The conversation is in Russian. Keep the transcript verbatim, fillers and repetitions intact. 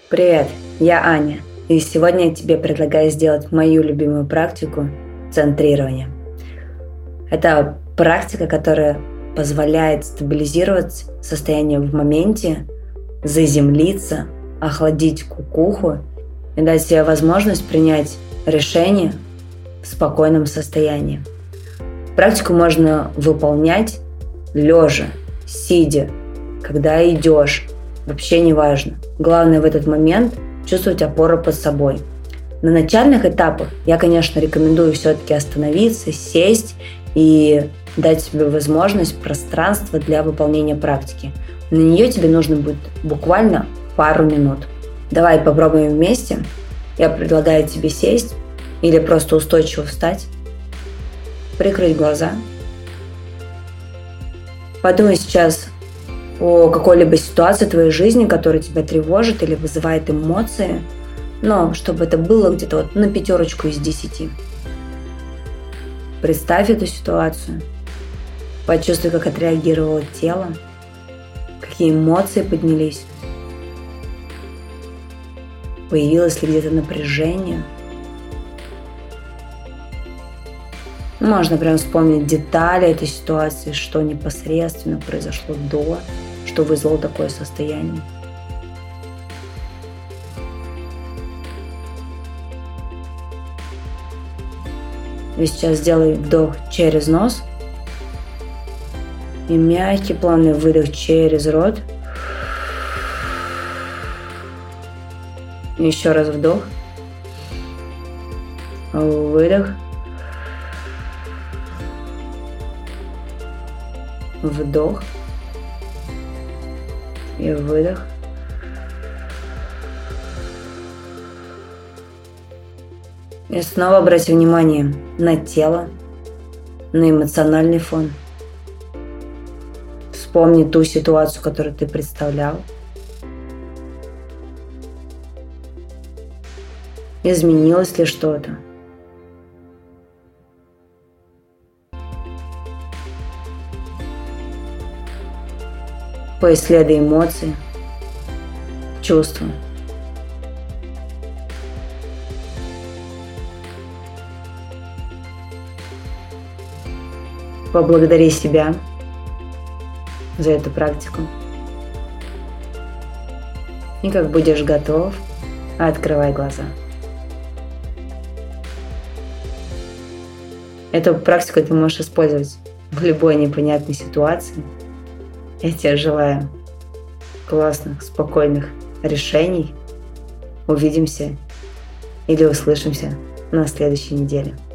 Привет, я Аня, и сегодня я тебе предлагаю сделать мою любимую практику центрирования. Это практика, которая позволяет стабилизировать состояние в моменте, заземлиться, охладить кукуху и дать себе возможность принять решение в спокойном состоянии. Практику можно выполнять лежа, сидя, когда идешь, вообще не важно. Главное в этот момент чувствовать опору под собой. На начальных этапах я, конечно, рекомендую все-таки остановиться, сесть и дать себе возможность, пространство для выполнения практики. На нее тебе нужно будет буквально пару минут. Давай попробуем вместе. Я предлагаю тебе сесть или просто устойчиво встать, прикрыть глаза. Подумай сейчас о какой-либо ситуации в твоей жизни, которая тебя тревожит или вызывает эмоции, но чтобы это было где-то вот на пятерочку из десяти. Представь эту ситуацию, почувствуй, как отреагировало тело, какие эмоции поднялись, появилось ли где-то напряжение. Можно прям вспомнить детали этой ситуации, что непосредственно произошло до, что вызвало такое состояние. И сейчас сделай вдох через нос и мягкий плавный выдох через рот. Еще раз вдох, выдох, вдох и выдох. И снова обрати внимание на тело, на эмоциональный фон. Вспомни ту ситуацию, которую ты представлял. Изменилось ли что-то? Поисследуй эмоции, чувства. Поблагодари себя за эту практику. И как будешь готов, открывай глаза. Эту практику ты можешь использовать в любой непонятной ситуации. Я тебе желаю классных, спокойных решений. Увидимся или услышимся на следующей неделе.